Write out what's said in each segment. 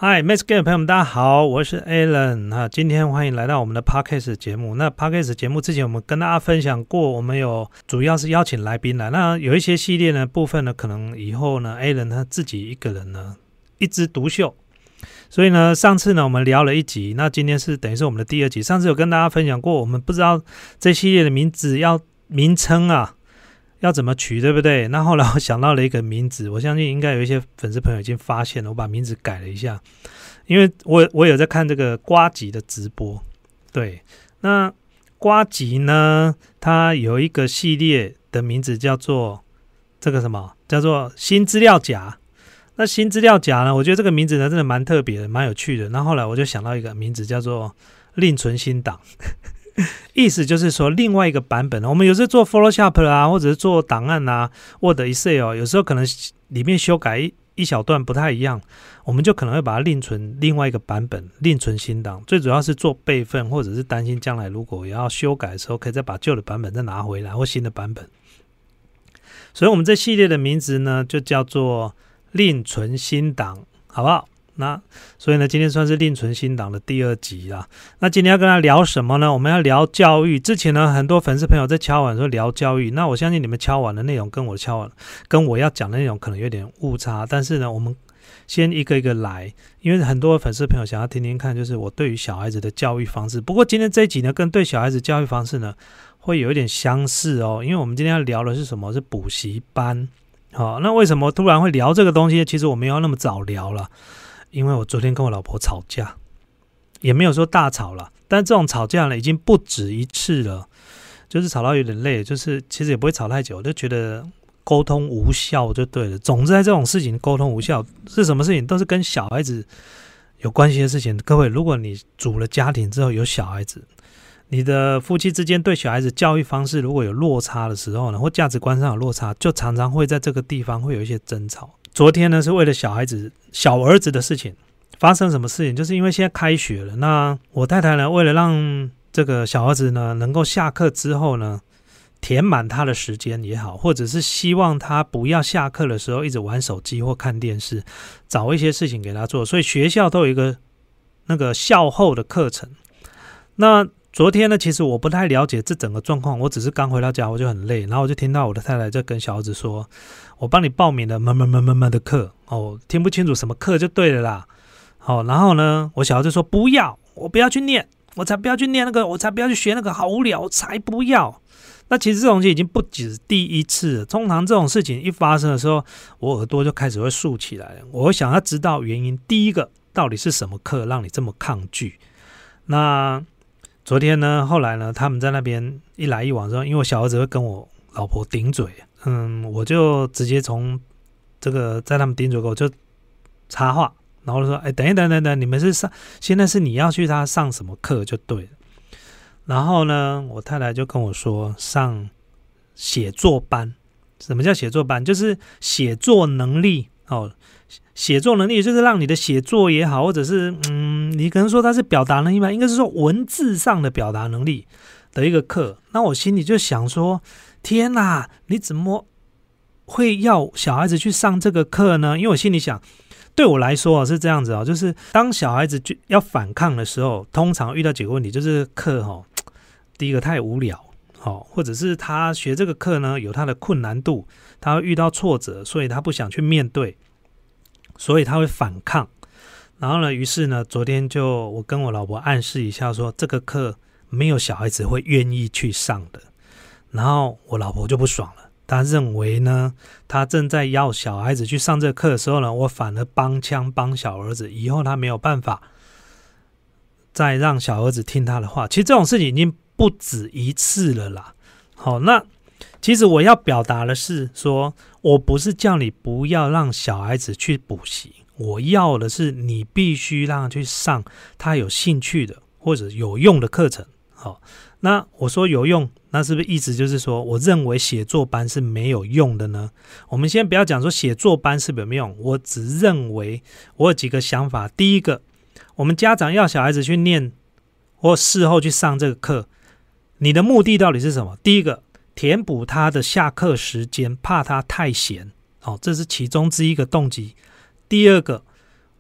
嗨 ，Max 的朋友们，大家好，我是 Alan 今天欢迎来到我们的 Podcast 节目。那 Podcast 节目之前我们跟大家分享过，我们有主要是邀请来宾来。那有一些系列呢部分呢，可能以后呢 Alan 他自己一个人呢一枝独秀。所以呢，上次呢我们聊了一集，那今天是等于是我们的第二集。上次有跟大家分享过，我们不知道这系列的名称要怎么取，对不对？那后来我想到了一个名字，我相信应该有一些粉丝朋友已经发现了，我把名字改了一下，因为我有在看这个呱吉的直播。对，那呱吉呢，它有一个系列的名字叫做这个什么，叫做新资料夹。那新资料夹呢，我觉得这个名字呢真的蛮特别的，蛮有趣的。那后来我就想到一个名字叫做另存新档。意思就是说另外一个版本，我们有时候做 Photoshop 啊，或者是做档案啊 Word、Excel， 有时候可能里面修改一小段不太一样，我们就可能会把它另存另外一个版本，另存新档。最主要是做备份，或者是担心将来如果也要修改的时候，可以再把旧的版本再拿回来，或新的版本。所以我们这系列的名字呢就叫做另存新档，好不好？那所以呢，今天算是另存新档的第二集啦。那今天要跟他聊什么呢？我们要聊教育。之前呢，很多粉丝朋友在敲碗说聊教育，那我相信你们敲碗的内容跟我要讲的内容可能有点误差，但是呢，我们先一个一个来，因为很多粉丝朋友想要听听看，就是我对于小孩子的教育方式。不过今天这一集呢，跟对小孩子教育方式呢，会有一点相似哦，因为我们今天要聊的是什么？是补习班。好，那为什么突然会聊这个东西？其实我没有那么早聊了。因为我昨天跟我老婆吵架，也没有说大吵了，但这种吵架呢已经不止一次了，就是吵到有点累，就是其实也不会吵太久，我就觉得沟通无效就对了。总之在这种事情沟通无效，是什么事情都是跟小孩子有关系的事情。各位，如果你组了家庭之后有小孩子，你的夫妻之间对小孩子教育方式如果有落差的时候呢，或价值观上有落差，就常常会在这个地方会有一些争吵。昨天呢是为了小儿子的事情，发生什么事情？就是因为现在开学了，那我太太呢为了让这个小儿子呢能够下课之后呢填满他的时间也好，或者是希望他不要下课的时候一直玩手机或看电视，找一些事情给他做，所以学校都有一个那个校后的课程。那昨天呢，其实我不太了解这整个状况，我只是刚回到家，我就很累，然后我就听到我的太太在跟小儿子说：“我帮你报名了的课哦，听不清楚什么课就对了啦。”好，然后呢，我小儿子说：“不要，我不要去念，我才不要去念那个，我才不要去学那个，好无聊，我才不要。”那其实这种东西已经不止第一次了。通常这种事情一发生的时候，我耳朵就开始会竖起来了。我会想要知道原因，第一个到底是什么课让你这么抗拒？那昨天呢，后来呢，他们在那边一来一往之后，因为我小儿子会跟我老婆顶嘴，我就直接从这个在他们顶嘴我就插话，然后就说：“等一等，你们是现在是你要去他上什么课就对了。”然后呢，我太太就跟我说上写作班。什么叫写作班？就是写作能力哦。写作能力就是让你的写作也好，或者是你可能说它是表达能力吧，应该是说文字上的表达能力的一个课。那我心里就想说，天哪，你怎么会要小孩子去上这个课呢？因为我心里想，对我来说是这样子就是当小孩子要反抗的时候，通常遇到几个问题，就是课第一个太无聊，或者是他学这个课呢有他的困难度，他会遇到挫折，所以他不想去面对。所以他会反抗，然后呢，于是呢，昨天我跟我老婆暗示一下说，这个课没有小孩子会愿意去上的。然后我老婆就不爽了，她认为呢，她正在要小孩子去上这个课的时候呢，我反而帮小儿子，以后他没有办法再让小儿子听他的话。其实这种事情已经不止一次了啦。好，那其实我要表达的是说，我不是叫你不要让小孩子去补习，我要的是你必须让他去上他有兴趣的或者有用的课程。好，那我说有用，那是不是意思就是说我认为写作班是没有用的呢？我们先不要讲说写作班是不是有没有用，我只认为我有几个想法。第一个，我们家长要小孩子去念或事后去上这个课，你的目的到底是什么？第一个，填补他的下课时间，怕他太闲，这是其中之一个动机。第二个，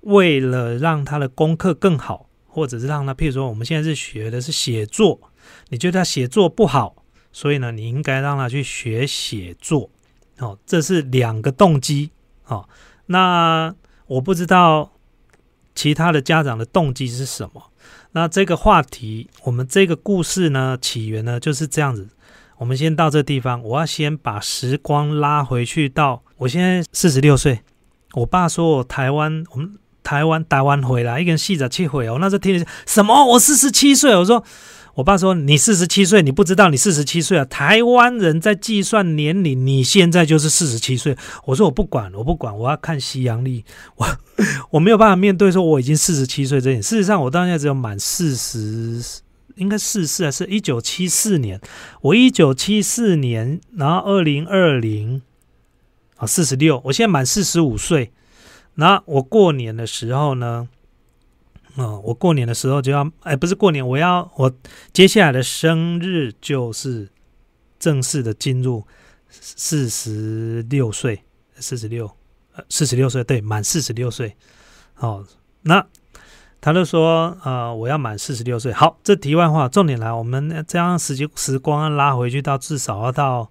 为了让他的功课更好，或者是让他，譬如说我们现在是学的是写作，你觉得他写作不好，所以呢，你应该让他去学写作。这是2个动机。那我不知道其他的家长的动机是什么。那这个话题，我们这个故事呢，起源呢就是这样子。我们先到这地方，我要先把时光拉回去到我现在46岁。我爸说我们台湾回来，一个人47岁，我那时候听了什么？我47岁，我爸说你47岁，你不知道你47岁啊？台湾人在计算年龄，你现在就是47岁。我说我不管，我要看西洋历，我没有办法面对说我已经47岁这点。事实上，我到现在只有满40，应该44还是1974年？我1974年，然后2020。46，我现在满45岁。然后我过年的时候呢，我过年的时候就要，不是过年，我接下来的生日就是正式的进入46岁，46岁，对，满46岁。那他就说，我要满46岁。好，这题外话，重点来，我们这样时光拉回去到至少要到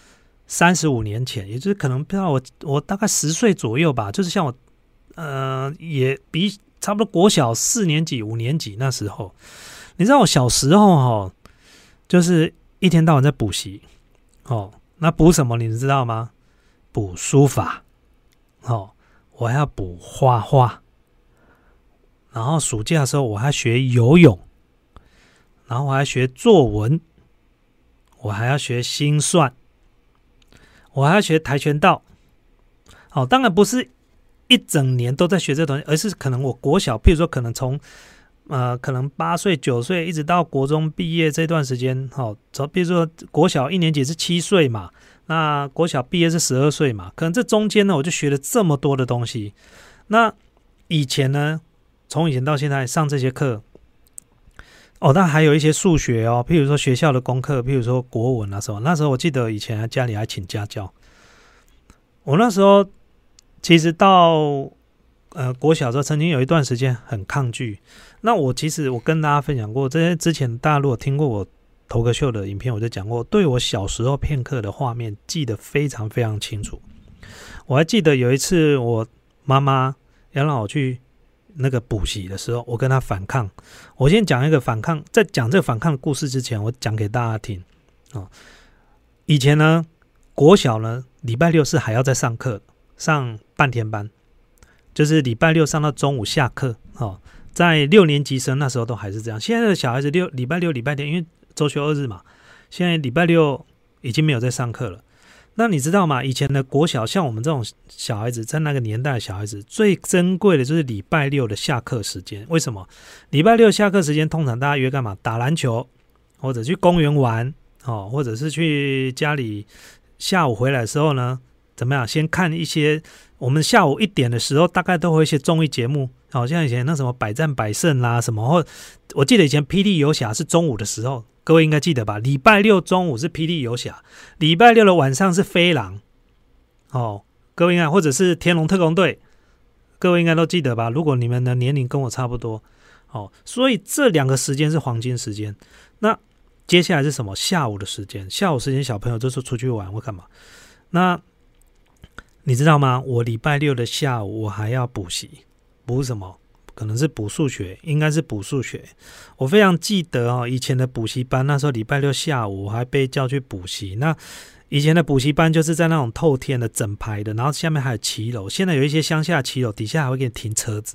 35年前，也就是可能不知道我大概10岁左右吧，就是像我也比差不多国小4年级5年级那时候。你知道我小时候就是一天到晚在补习那补什么你知道吗？补书法我还要补画画，然后暑假的时候我还学游泳，然后我还学作文，我还要学心算，我还要学跆拳道。当然不是一整年都在学这东西，而是可能我国小，譬如说可能从可能8岁9岁一直到国中毕业这段时间，比如说国小1年级是7岁嘛，那国小毕业是12岁嘛，可能这中间呢我就学了这么多的东西。那以前呢，从以前到现在上这些课，那还有一些数学譬如说学校的功课，譬如说国文啊什么。那时候我记得以前家里还请家教。我那时候其实到国小的时候，曾经有一段时间很抗拒。那我跟大家分享过，这些之前大家如果听过我头壳秀的影片，我就讲过，对我小时候片刻的画面记得非常非常清楚。我还记得有一次我妈妈要让我去那个补习的时候，我跟她反抗。我先讲一个反抗，在讲这个反抗的故事之前，我讲给大家听。以前呢，国小呢，礼拜六是还要再上课，上半天班，就是礼拜六上到中午下课。在6年级生那时候都还是这样。现在的小孩子礼拜六礼拜天，因为周休2日嘛，现在礼拜六已经没有在上课了。那你知道吗？以前的国小，像我们这种小孩子，在那个年代的小孩子，最珍贵的就是礼拜六的下课时间。为什么？礼拜六下课时间通常大家约干嘛？打篮球，或者去公园玩，或者是去家里。下午回来的时候呢，怎么样？先看一些，我们下午1点的时候，大概都会有一些综艺节目，像以前那什么百战百胜啦什么，或我记得以前霹雳游侠是中午的时候。各位应该记得吧？礼拜六中午是霹雳游侠，礼拜六的晚上是飞狼。各位应该，或者是天龙特工队，各位应该都记得吧？如果你们的年龄跟我差不多，所以这2个时间是黄金时间。那接下来是什么？下午的时间。下午时间小朋友就是出去玩或干嘛？那你知道吗？我礼拜六的下午我还要补习，补什么？可能是补数学，应该是补数学。我非常记得以前的补习班，那时候礼拜六下午我还被叫去补习。那以前的补习班就是在那种透天的整排的，然后下面还有骑楼。现在有一些乡下骑楼底下还会给你停车子。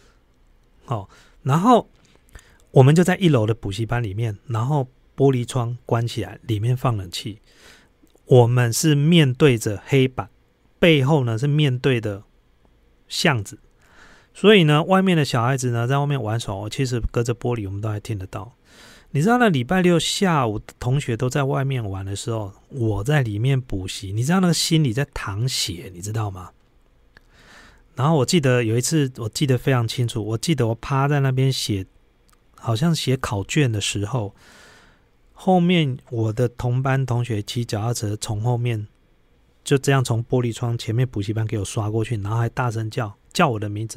然后我们就在1楼的补习班里面，然后玻璃窗关起来，里面放冷气。我们是面对着黑板，背后呢是面对的巷子。所以呢，外面的小孩子呢，在外面玩耍，其实隔着玻璃我们都还听得到。你知道那礼拜六下午同学都在外面玩的时候，我在里面补习，你知道那个心里在淌血，你知道吗？然后我记得有一次，我记得非常清楚，我记得我趴在那边写，好像写考卷的时候，后面我的同班同学骑脚踏车从后面就这样从玻璃窗前面补习班给我刷过去，然后还大声叫我的名字，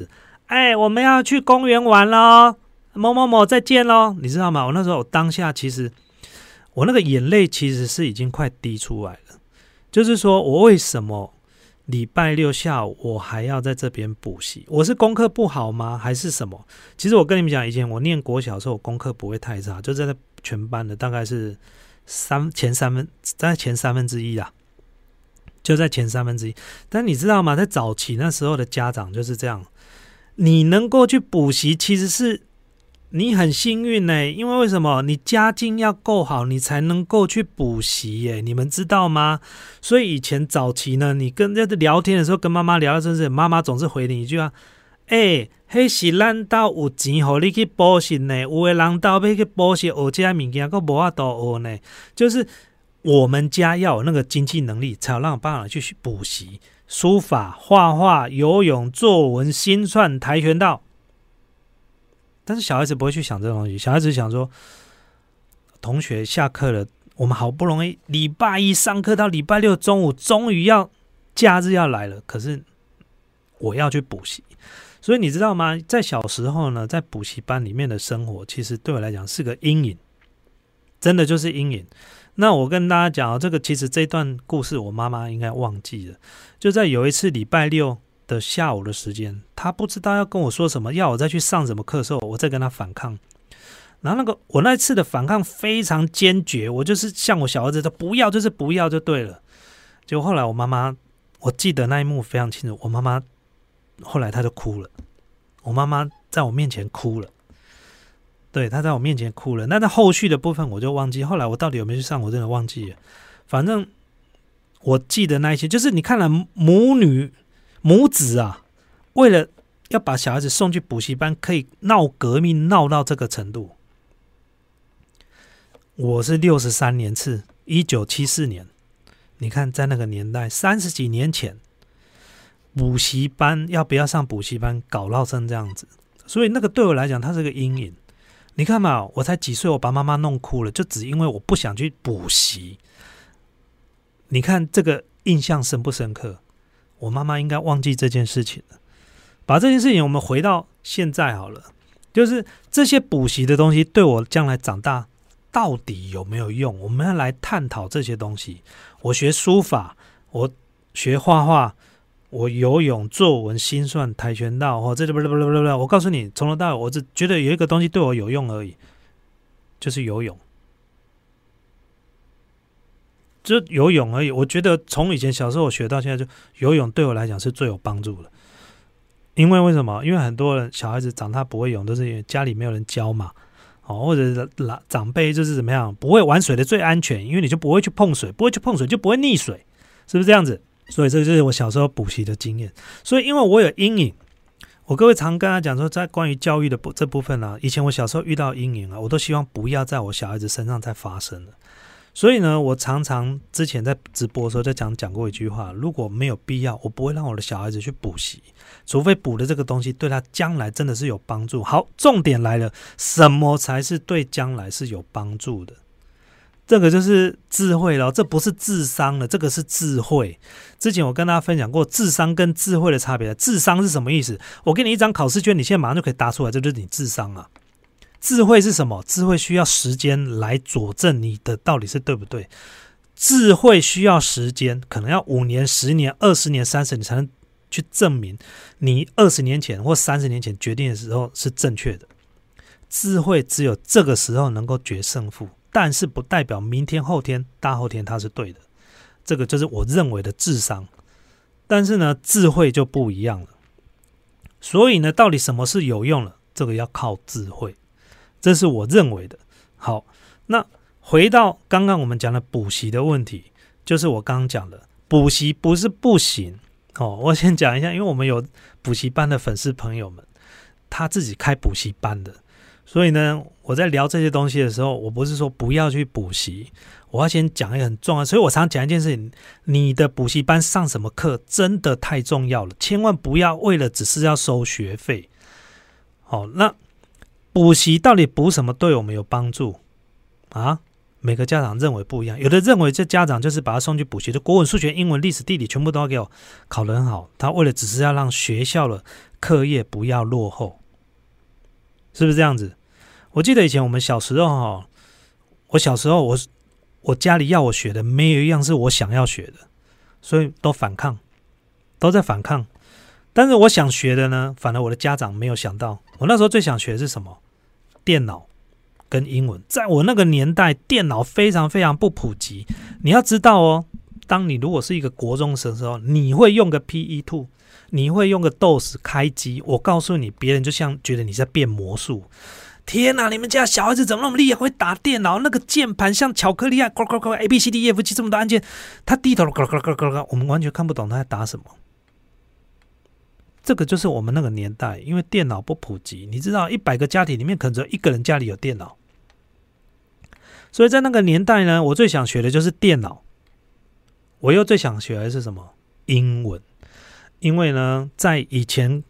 我们要去公园玩咯，某某某再见咯，你知道吗？我那时候我当下其实我那个眼泪其实是已经快滴出来了，就是说我为什么礼拜六下午我还要在这边补习？我是功课不好吗？还是什么？其实我跟你们讲，以前我念国小的时候，我功课不会太差，就在全班的大概是前三分之一啦，就在前三分之一。但你知道吗？在早期那时候的家长就是这样，你能够去补习，其实是你很幸运呢，因为为什么？你家境要够好，你才能够去补习耶，你们知道吗？所以以前早期呢，你跟人家聊天的时候，跟妈妈聊，真是妈妈总是回你一句话：迄是咱家有钱，互你去补习呢。有的人家要去补习，学这些物件，还无法度学呢。就是我们家要有那个经济能力，才有让爸爸去补习，书法、画画、游泳、作文、心算、跆拳道。但是小孩子不会去想这个东西，小孩子想说，同学下课了，我们好不容易礼拜一上课到礼拜六中午，终于要假日要来了，可是我要去补习。所以你知道吗？在小时候呢，在补习班里面的生活，其实对我来讲是个阴影，真的就是阴影。那我跟大家讲这个其实这段故事我妈妈应该忘记了。就在有一次礼拜六的下午的时间，她不知道要跟我说什么，要我再去上什么课的时候，我再跟她反抗。然后我那次的反抗非常坚决，我就是像我小儿子说不要就是不要就对了。结果后来我妈妈，我记得那一幕非常清楚，我妈妈后来她就哭了，我妈妈在我面前哭了，对，她在我面前哭了。那在后续的部分我就忘记，后来我到底有没有去上，我真的忘记了。反正我记得那一些，就是你看了母子啊，为了要把小孩子送去补习班，可以闹革命闹到这个程度。我是63年次，1974年，你看在那个年代30几年前，补习班要不要上补习班搞闹成这样子，所以那个对我来讲它是个阴影。你看嘛，我才几岁，我把妈妈弄哭了，就只因为我不想去补习。你看这个印象深不深刻？我妈妈应该忘记这件事情了。把这件事情我们回到现在好了，就是这些补习的东西对我将来长大到底有没有用？我们要来探讨这些东西。我学书法，我学画画，我游泳、作文、心算、跆拳道，我告诉你，从头到尾，我只觉得有一个东西对我有用而已，就是游泳。就游泳而已。我觉得从以前小时候我学到现在，就游泳对我来讲是最有帮助的。因为什么？因为很多人小孩子长大不会游，都是因为家里没有人教嘛，或者长辈就是怎么样，不会玩水的最安全，因为你就不会去碰水，不会去碰水就不会溺水，是不是这样子？所以这就是我小时候补习的经验。所以因为我有阴影，我各位常跟他讲说，在关于教育的这部分啊，以前我小时候遇到阴影啊，我都希望不要在我小孩子身上再发生了。所以呢，我常常之前在直播的时候在讲过一句话：如果没有必要，我不会让我的小孩子去补习，除非补的这个东西对他将来真的是有帮助。好，重点来了，什么才是对将来是有帮助的？这个就是智慧了，这不是智商了，这个是智慧。之前我跟大家分享过智商跟智慧的差别。智商是什么意思？我给你一张考试卷，你现在马上就可以答出来，这就是你智商啊。智慧是什么？智慧需要时间来佐证你的到底是对不对。智慧需要时间，可能要5年、10年、20年、30年才能去证明你20年前或30年前决定的时候是正确的。智慧只有这个时候能够决胜负，但是不代表明天、后天、大后天它是对的。这个就是我认为的智商。但是呢，智慧就不一样了。所以呢，到底什么是有用的？这个要靠智慧。这是我认为的。好，那回到刚刚我们讲的补习的问题，就是我刚刚讲的，补习不是不行。我先讲一下，因为我们有补习班的粉丝朋友们，他自己开补习班的，所以呢，我在聊这些东西的时候，我不是说不要去补习，我要先讲一个很重要，所以我常讲一件事情，你的补习班上什么课真的太重要了，千万不要为了只是要收学费。好，那补习到底补什么对我们有帮助啊？ 每个家长认为不一样，有的认为这家长就是把他送去补习，就国文、数学、英文、历史、地理全部都要给我考得很好，他为了只是要让学校的课业不要落后，是不是这样子？我记得以前我们小时候我小时候我家里要我学的没有一样是我想要学的，所以都反抗，都在反抗。但是我想学的呢，反而我的家长没有想到。我那时候最想学的是什么？电脑跟英文。在我那个年代，电脑非常非常不普及。你要知道哦，当你如果是一个国中生的时候，你会用个 PE2， 你会用个 DOS 开机，我告诉你，别人就像觉得你在变魔术。天哪，你们家小孩子怎么那么厉害，会打电脑？那个键盘像巧克力啊，A B C D E F G 这么多按键，他低头我们完全看不懂他在打什么。这个就是我们那个年代，因为电脑不普及，你知道100个家庭里面可能只有1个人家里有电脑，所以在那个年代呢，我最想学的就是电脑，我又最想学的是什么？英文。因为呢，在以前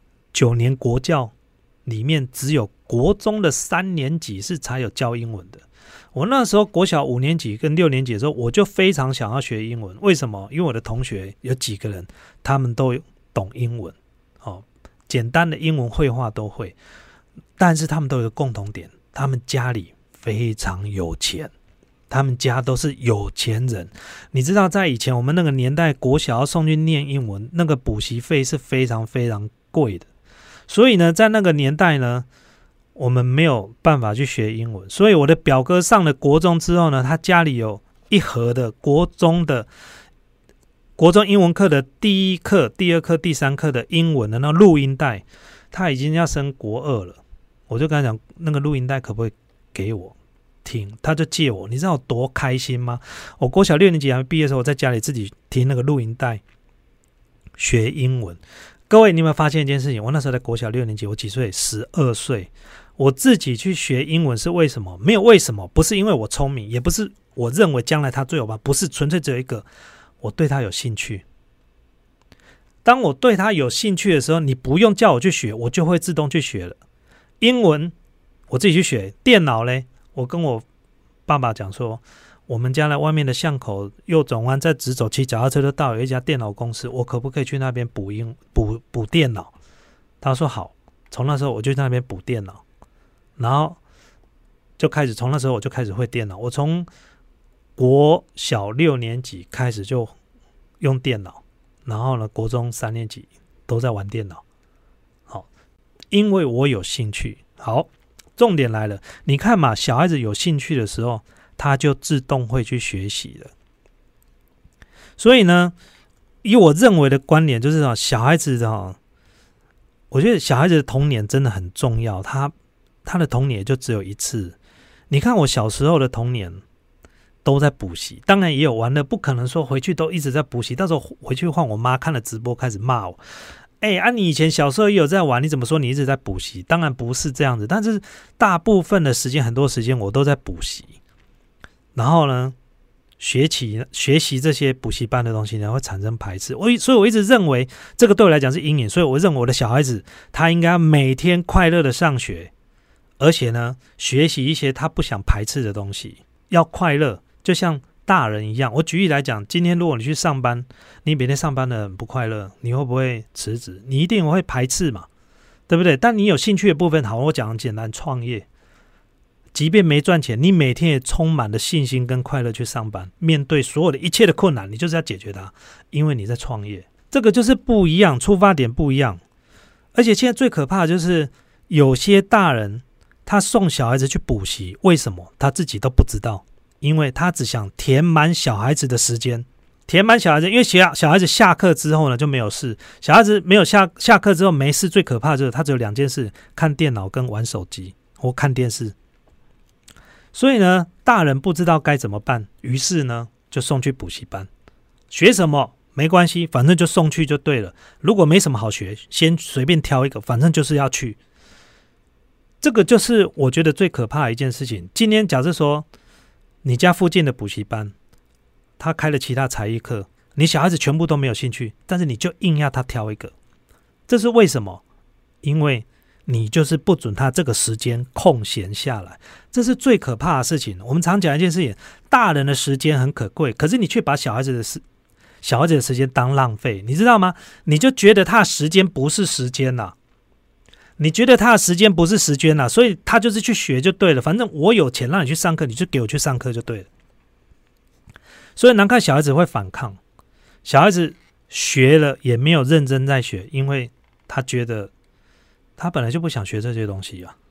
9年国教里面，只有国中的3年级是才有教英文的。我那时候国小5年级跟6年级的时候，我就非常想要学英文。为什么？因为我的同学有几个人，他们都懂英文。简单的英文绘画都会，但是他们都有一个共同点，他们家里非常有钱，他们家都是有钱人。你知道在以前我们那个年代，国小要送去念英文，那个补习费是非常非常贵的，所以呢在那个年代呢，我们没有办法去学英文。所以我的表哥上了国中之后呢，他家里有一盒的国中英文课的第1课、第2课、第3课的英文的那录音带，他已经要升国2了。我就跟他讲，那个录音带可不可以给我听？他就借我，你知道我多开心吗？我国小6年级还没毕业的时候，我在家里自己听那个录音带学英文。各位，你有没有发现一件事情？我那时候在国小6年级，我几岁？12岁。我自己去学英文是为什么？没有为什么，不是因为我聪明，也不是我认为将来他最有办法，不是，纯粹只有一个。我对他有兴趣。当我对他有兴趣的时候，你不用叫我去学，我就会自动去学了。英文我自己去学，电脑嘞，我跟我爸爸讲说，我们家在外面的巷口右转弯再直走，骑脚踏车就到有一家电脑公司，我可不可以去那边补电脑？他说好。从那时候我就在那边补电脑，然后从那时候我就开始会电脑。我从国小6年级开始就用电脑，然后呢，国中3年级都在玩电脑。好，因为我有兴趣。好，重点来了，你看嘛，小孩子有兴趣的时候，他就自动会去学习了。所以呢，以我认为的观点就是小孩子我觉得小孩子的童年真的很重要，他的童年也就只有一次。你看我小时候的童年都在补习，当然也有玩的，不可能说回去都一直在补习，到时候回去换我妈看了直播开始骂我。你以前小时候也有在玩，你怎么说你一直在补习？当然不是这样子，但是大部分的时间，很多时间我都在补习。然后呢，学习这些补习班的东西呢，会产生排斥。所以我一直认为这个对我来讲是阴影。所以我认为我的小孩子他应该每天快乐的上学，而且呢，学习一些他不想排斥的东西，要快乐。就像大人一样，我举例来讲，今天如果你去上班，你每天上班的很不快乐，你会不会辞职？你一定会排斥嘛，对不对？但你有兴趣的部分，好，我讲简单，创业，即便没赚钱，你每天也充满了信心跟快乐去上班，面对所有的一切的困难，你就是要解决它，因为你在创业，这个就是不一样，出发点不一样。而且现在最可怕的就是有些大人他送小孩子去补习，为什么他自己都不知道？因为他只想填满小孩子的时间，填满小孩子，因为小孩子下课之后呢就没有事，小孩子没有下课之后没事，最可怕的就是他只有2件事，看电脑跟玩手机或看电视。所以呢，大人不知道该怎么办，于是呢就送去补习班。学什么没关系，反正就送去就对了。如果没什么好学，先随便挑一个，反正就是要去。这个就是我觉得最可怕的一件事情。今天假设说你家附近的补习班他开了其他才艺课，你小孩子全部都没有兴趣，但是你就硬要他挑一个，这是为什么？因为你就是不准他这个时间空闲下来，这是最可怕的事情。我们常讲一件事情，大人的时间很可贵，可是你却把小孩子的时间当浪费，你知道吗？你就觉得他的时间不是时间啦，你觉得他的时间不是时间啦，所以他就是去学就对了，反正我有钱让你去上课，你就给我去上课就对了。所以难看小孩子会反抗，小孩子学了也没有认真在学，因为他觉得他本来就不想学这些东西啊。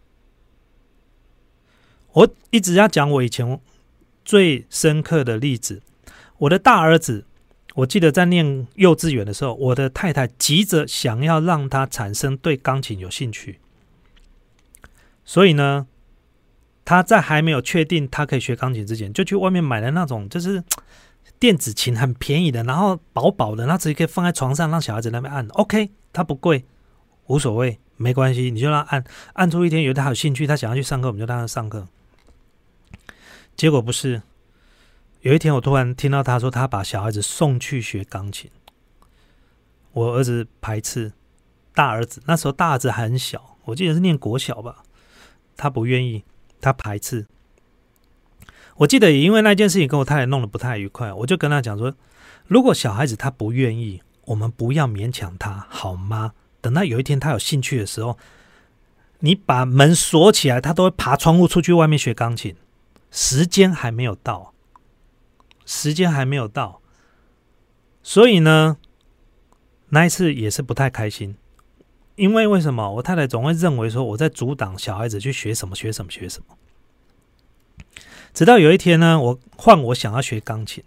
我一直要讲我以前最深刻的例子，我的大儿子，我记得在念幼稚园的时候，我的太太急着想要让他产生对钢琴有兴趣，所以呢，他在还没有确定他可以学钢琴之前，就去外面买了那种就是电子琴，很便宜的，然后薄薄的，然后直接可以放在床上让小孩子那边按。OK， 它不贵，无所谓，没关系，你就让他按，按出一天有他有兴趣，他想要去上课，我们就让他上课。结果不是，有一天我突然听到他说他把小孩子送去学钢琴，我儿子排斥，大儿子那时候大儿子还很小，我记得是念国小吧，他不愿意，他排斥。我记得也因为那件事情跟我太太弄得不太愉快，我就跟他讲说，如果小孩子他不愿意，我们不要勉强他，好吗？等到有一天他有兴趣的时候，你把门锁起来，他都会爬窗户出去外面学钢琴。时间还没有到，时间还没有到，所以呢，那一次也是不太开心。因为什么？我太太总会认为说我在阻挡小孩子去学什么学什么学什么。直到有一天呢，我想要学钢琴，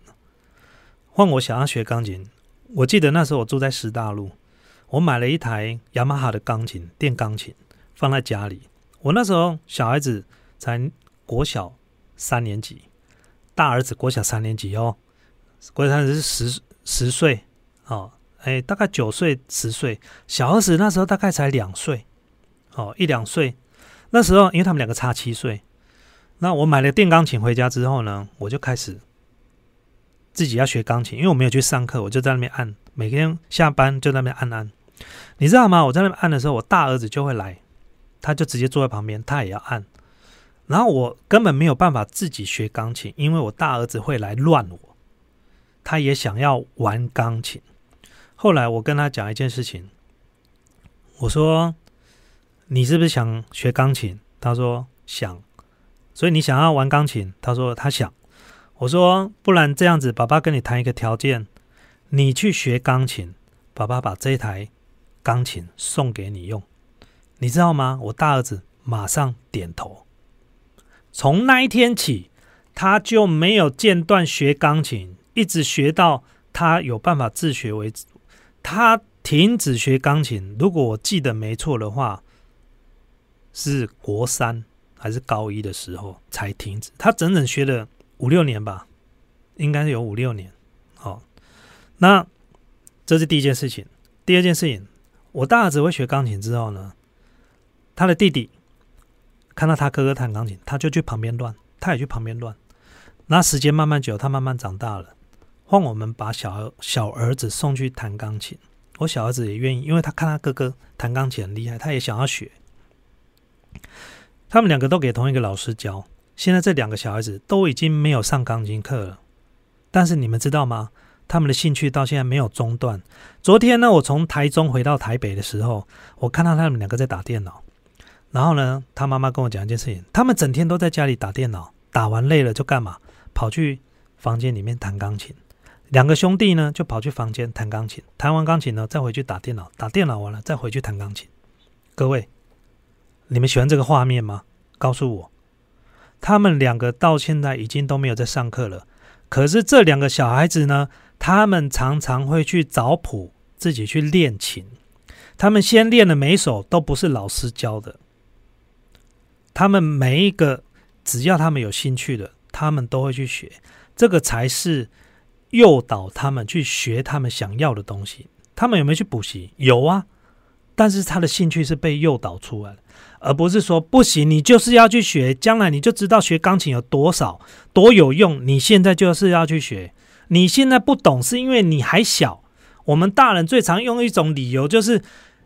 我记得那时候我住在师大路，我买了一台雅马哈的钢琴，电钢琴放在家里。我那时候小孩子才国小3年级，大儿子国小3年级哦，国小3年级是10岁哦，大概9岁10岁，小儿子那时候大概才2岁哦，1-2岁。那时候因为他们两个差7岁。那我买了电钢琴回家之后呢，我就开始自己要学钢琴，因为我没有去上课，我就在那边按，每天下班就在那边按。你知道吗？我在那边按的时候，我大儿子就会来，他就直接坐在旁边，他也要按。然后我根本没有办法自己学钢琴，因为我大儿子会来乱我，他也想要玩钢琴。后来我跟他讲一件事情，我说你是不是想学钢琴？他说想。所以你想要玩钢琴？他说他想。我说不然这样子，爸爸跟你谈一个条件，你去学钢琴，爸爸把这一台钢琴送给你用。你知道吗？我大儿子马上点头。从那一天起，他就没有间断学钢琴，一直学到他有办法自学为止。他停止学钢琴，如果我记得没错的话，是国3还是高1的时候才停止。他整整学了5-6年吧，应该是有5-6年。哦，那这是第一件事情。第二件事情，我大儿子会学钢琴之后呢，他的弟弟看到他哥哥弹钢琴，他就去旁边乱，他也去旁边乱。那时间慢慢久，他慢慢长大了，换我们把小儿子送去弹钢琴。我小儿子也愿意，因为他看他哥哥弹钢琴很厉害，他也想要学。他们两个都给同一个老师教，现在这2个小孩子都已经没有上钢琴课了。但是你们知道吗？他们的兴趣到现在没有中断。昨天呢，我从台中回到台北的时候，我看到他们2个在打电脑。然后呢，他妈妈跟我讲一件事情，他们整天都在家里打电脑，打完累了就干嘛？跑去房间里面弹钢琴。2个兄弟呢，就跑去房间弹钢琴，弹完钢琴呢，再回去打电脑，打电脑完了再回去弹钢琴。各位，你们喜欢这个画面吗？告诉我。他们2个到现在已经都没有在上课了，可是这2个小孩子呢，他们常常会去找谱，自己去练琴。他们先练的每一首都不是老师教的，他们每一个只要他们有兴趣的，他们都会去学。这个才是诱导他们去学他们想要的东西。他们有没有去补习？有啊，但是他的兴趣是被诱导出来的，而不是说不行，你就是要去学，将来你就知道学钢琴有多有用，你现在就是要去学。你现在不懂是因为你还小。我们大人最常用一种理由就是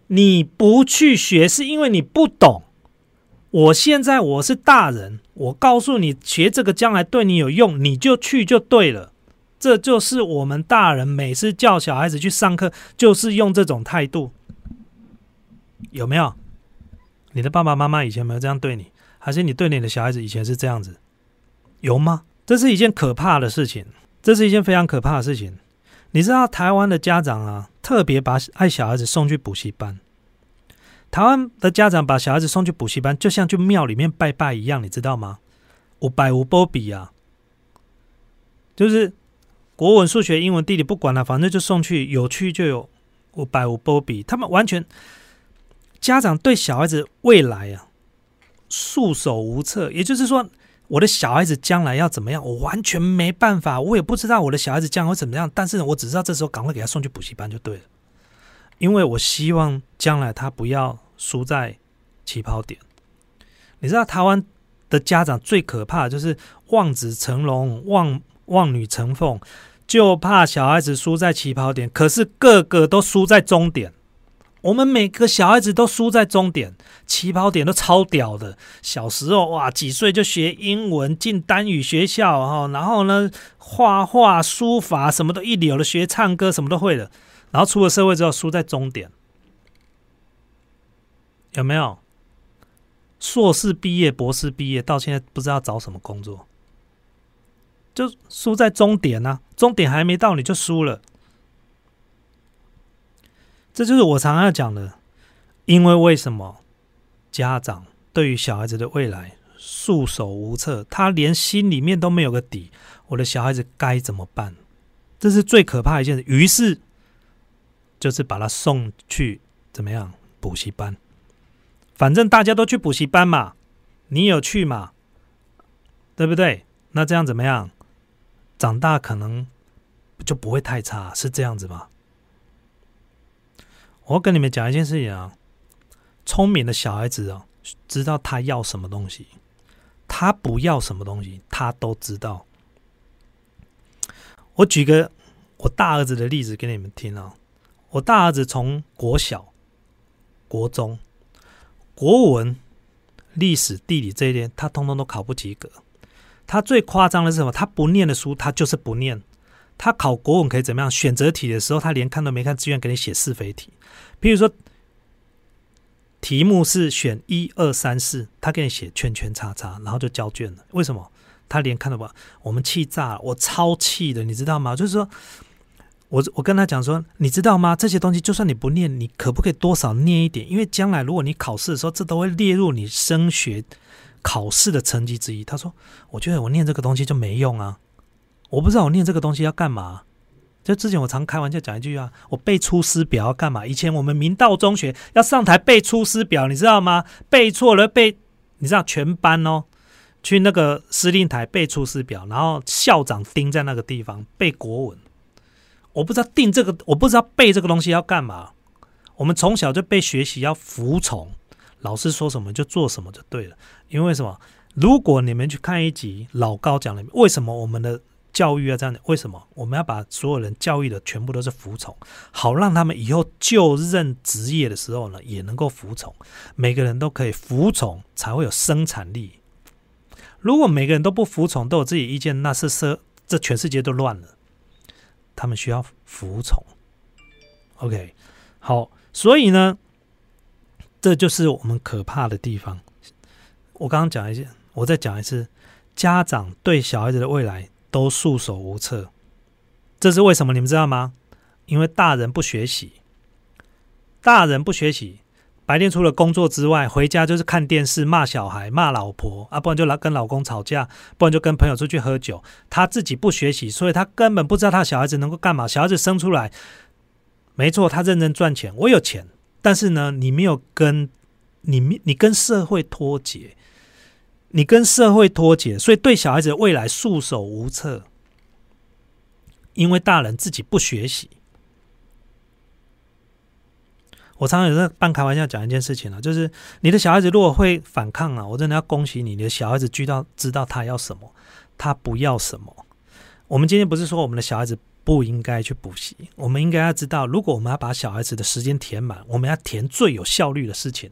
你不去学是因为你不懂。我现在我是大人，我告诉你学这个将来对你有用，你就去就对了。这就是我们大人每次叫小孩子去上课，就是用这种态度。有没有？你的爸爸妈妈以前有没有这样对你？还是你对你的小孩子以前是这样子？有吗？这是一件可怕的事情，这是一件非常可怕的事情。你知道台湾的家长啊，特别把爱小孩子送去补习班。台湾的家长把小孩子送去补习班，就像去庙里面拜拜一样，你知道吗？有拜有保庇啊，就是国文、数学、英文、地理不管了，反正就送去，有趣就有拜有保庇。他们完全家长对小孩子未来啊束手无策，也就是说，我的小孩子将来要怎么样，我完全没办法，我也不知道我的小孩子将来会怎么样，但是我只知道这时候赶快给他送去补习班就对了。因为我希望将来他不要输在起跑点。你知道台湾的家长最可怕的就是望子成龙、望女成凤，就怕小孩子输在起跑点，可是个个都输在终点。我们每个小孩子都输在终点，起跑点都超屌的。小时候哇，几岁就学英文，进单语学校，然后呢，画画、书法什么都一流的，学唱歌什么都会了。然后出了社会之后，输在终点，有没有？硕士毕业、博士毕业，到现在不知道找什么工作，就输在终点啊！终点还没到，你就输了。这就是我常常讲的，因为为什么家长对于小孩子的未来束手无策，他连心里面都没有个底，我的小孩子该怎么办？这是最可怕的一件事。于是就是把他送去怎么样补习班，反正大家都去补习班嘛，你有去嘛，对不对？那这样怎么样？长大可能就不会太差，是这样子吗？我要跟你们讲一件事情啊，聪明的小孩子啊，知道他要什么东西，他不要什么东西，他都知道。我举个我大儿子的例子给你们听啊。我大儿子从国小、国中、国文、历史、地理这一点，他通通都考不及格。他最夸张的是什么？他不念的书，他就是不念。他考国文可以怎么样？选择题的时候，他连看都没看，志愿给你写是非题。譬如说，题目是选1、2、3、4，他给你写圈圈叉叉，然后就交卷了。为什么？他连看都不看。我们气炸了，我超气的，你知道吗？就是说。我跟他讲说，你知道吗？这些东西就算你不念，你可不可以多少念一点？因为将来如果你考试的时候，这都会列入你升学考试的成绩之一。他说，我觉得我念这个东西就没用啊，我不知道我念这个东西要干嘛。就之前我常开玩笑讲一句啊，我背出师表要干嘛？以前我们明道中学要上台背出师表，你知道吗？背错了你知道全班去那个司令台背出师表，然后校长盯在那个地方背国文。我不知道我不知道背这个东西要干嘛。我们从小就被学习要服从，老师说什么就做什么就对了。因为什么？如果你们去看一集老高讲了，为什么我们的教育要这样？为什么我们要把所有人教育的全部都是服从，好让他们以后就任职业的时候呢，也能够服从。每个人都可以服从，才会有生产力。如果每个人都不服从，都有自己意见，那这全世界都乱了。他们需要服从 ，OK， 好，所以呢，这就是我们可怕的地方。我刚刚讲一些，我再讲一次，家长对小孩子的未来都束手无策，这是为什么？你们知道吗？因为大人不学习，白天除了工作之外，回家就是看电视、骂小孩、骂老婆啊，不然就跟老公吵架，不然就跟朋友出去喝酒。他自己不学习，所以他根本不知道他小孩子能够干嘛。小孩子生出来，没错，他认真赚钱，我有钱，但是呢，你没有你跟社会脱节，所以对小孩子的未来束手无策，因为大人自己不学习。我常常有在半开玩笑讲一件事情啊，就是你的小孩子如果会反抗啊，我真的要恭喜你，你的小孩子知道他要什么，他不要什么。我们今天不是说我们的小孩子不应该去补习。我们应该要知道，如果我们要把小孩子的时间填满，我们要填最有效率的事情。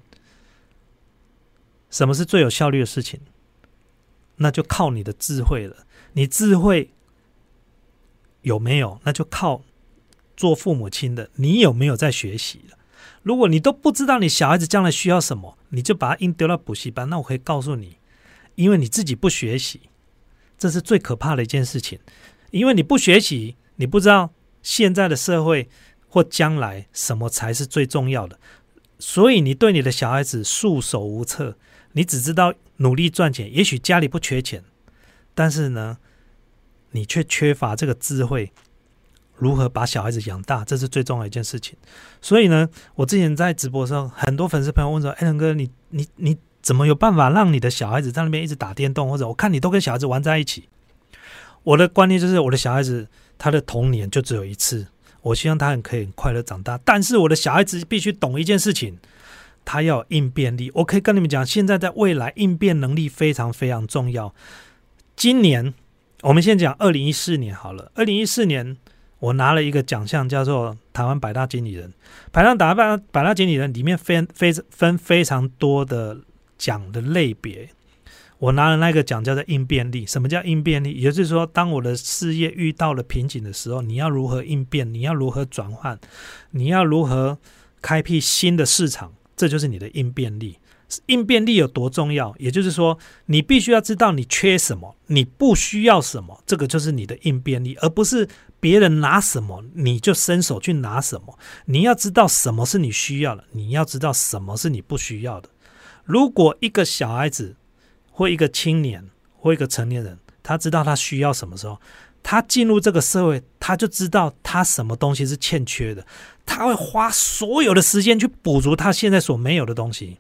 什么是最有效率的事情？那就靠你的智慧了。你智慧有没有？那就靠做父母亲的，你有没有在学习了？如果你都不知道你小孩子将来需要什么，你就把他硬丢到补习班，那我可以告诉你，因为你自己不学习，这是最可怕的一件事情。因为你不学习，你不知道现在的社会或将来什么才是最重要的，所以你对你的小孩子束手无策，你只知道努力赚钱，也许家里不缺钱，但是呢，你却缺乏这个智慧，如何把小孩子养大，这是最重要的一件事情。所以呢，我之前在直播的时候，很多粉丝朋友问说：“伦哥，你怎么有办法让你的小孩子在那边一直打电动，或者我看你都跟小孩子玩在一起？”我的观念就是，我的小孩子他的童年就只有一次，我希望他可以很快乐长大。但是我的小孩子必须懂一件事情，他要有应变力。我可以跟你们讲，现在在未来应变能力非常非常重要。今年我们先讲2014年好了。2014年我拿了一个奖项，叫做台湾百大经理人。百大经理人里面分非常多的奖的类别。我拿了那个奖叫做应变力。什么叫应变力？也就是说，当我的事业遇到了瓶颈的时候，你要如何应变，你要如何转换，你要如何开辟新的市场，这就是你的应变力。应变力有多重要？也就是说，你必须要知道你缺什么，你不需要什么，这个就是你的应变力，而不是别人拿什么你就伸手去拿什么。你要知道什么是你需要的，你要知道什么是你不需要的。如果一个小孩子或一个青年或一个成年人，他知道他需要什么时候，他进入这个社会，他就知道他什么东西是欠缺的，他会花所有的时间去补足他现在所没有的东西。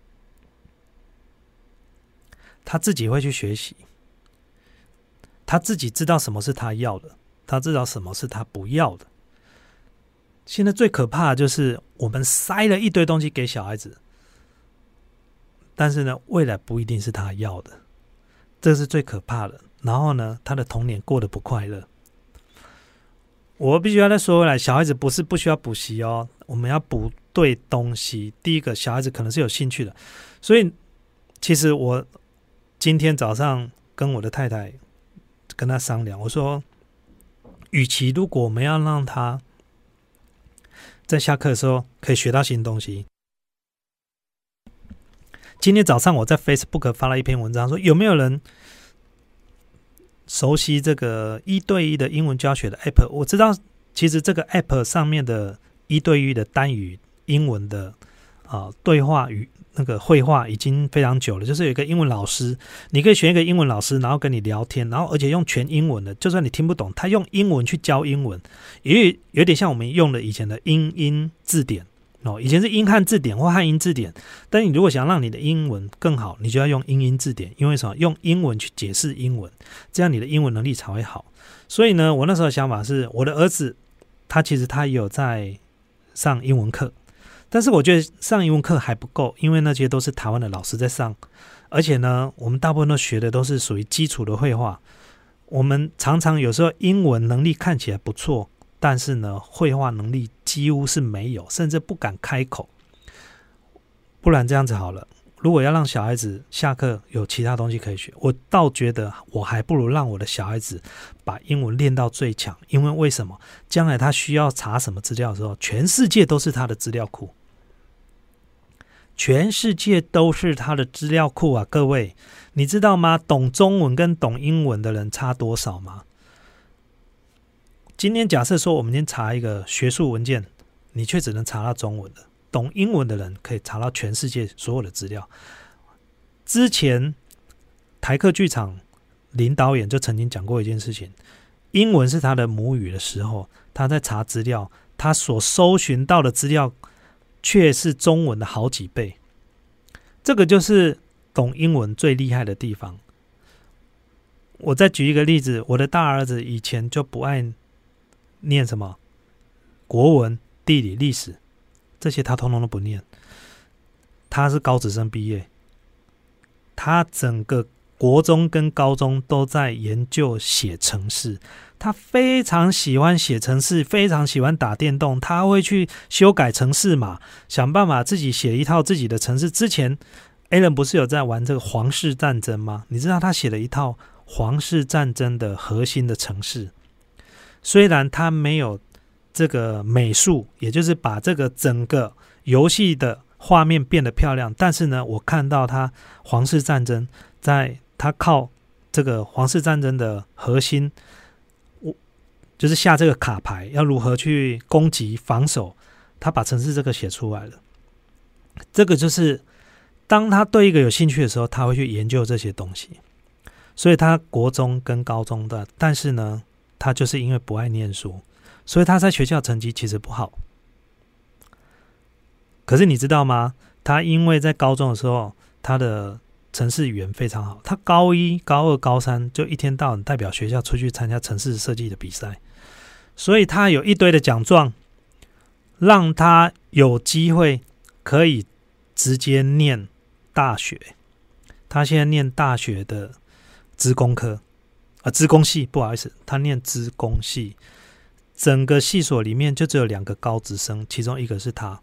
他自己会去学习，他自己知道什么是他要的，他知道什么是他不要的。现在最可怕的就是我们塞了一堆东西给小孩子，但是呢，未来不一定是他要的，这是最可怕的。然后呢，他的童年过得不快乐。我必须要再说回来，小孩子不是不需要补习哦，我们要补对东西。第一个，小孩子可能是有兴趣的，所以其实我今天早上跟我的太太跟他商量，我说，与其如果我们要让他在下课的时候可以学到新东西，今天早上我在 Facebook 发了一篇文章，说有没有人熟悉这个1对1的英文教学的 App？ 我知道其实这个 App 上面的1对1的单语英文的对话与那个绘画已经非常久了，就是有一个英文老师，你可以选一个英文老师，然后跟你聊天，然后而且用全英文的，就算你听不懂，他用英文去教英文，也有点像我们用的以前的英英字典以前是英汉字典或汉英字典，但你如果想让你的英文更好，你就要用英英字典，因为什么？用英文去解释英文，这样你的英文能力才会好。所以呢，我那时候的想法是，我的儿子其实他也有在上英文课，但是我觉得上英文课还不够，因为那些都是台湾的老师在上，而且呢，我们大部分都学的都是属于基础的绘画。我们常常有时候英文能力看起来不错，但是呢，绘画能力几乎是没有，甚至不敢开口。不然这样子好了，如果要让小孩子下课有其他东西可以学，我倒觉得我还不如让我的小孩子把英文练到最强。因为为什么？将来他需要查什么资料的时候，全世界都是他的资料库。全世界都是他的资料库啊！各位，你知道吗？懂中文跟懂英文的人差多少吗？今天假设说我们今天查一个学术文件，你却只能查到中文的，懂英文的人可以查到全世界所有的资料。之前台客剧场林导演就曾经讲过一件事情，英文是他的母语的时候，他在查资料，他所搜寻到的资料却是中文的好几倍。这个就是懂英文最厉害的地方。我再举一个例子，我的大儿子以前就不爱念什么国文、地理、历史，这些他通通都不念。他是高职生毕业，他整个国中跟高中都在研究写程式，他非常喜欢写程式，非常喜欢打电动，他会去修改程式码，想办法自己写一套自己的程式。之前 Alan 不是有在玩这个皇室战争吗？你知道他写了一套皇室战争的核心的程式，虽然他没有这个美术，也就是把这个整个游戏的画面变得漂亮，但是呢，我看到他皇室战争，在他靠这个皇室战争的核心，就是下这个卡牌要如何去攻击防守，他把程式这个写出来了。这个就是当他对一个有兴趣的时候，他会去研究这些东西。所以他国中跟高中的，但是呢，他就是因为不爱念书，所以他在学校成绩其实不好。可是你知道吗？他因为在高中的时候，他的程式语言非常好，他高一、高二、高三就一天到晚代表学校出去参加程式设计的比赛，所以他有一堆的奖状，让他有机会可以直接念大学。他现在念大学的资工科，资工系，不好意思，他念资工系。整个系所里面就只有2个高职生，其中一个是他。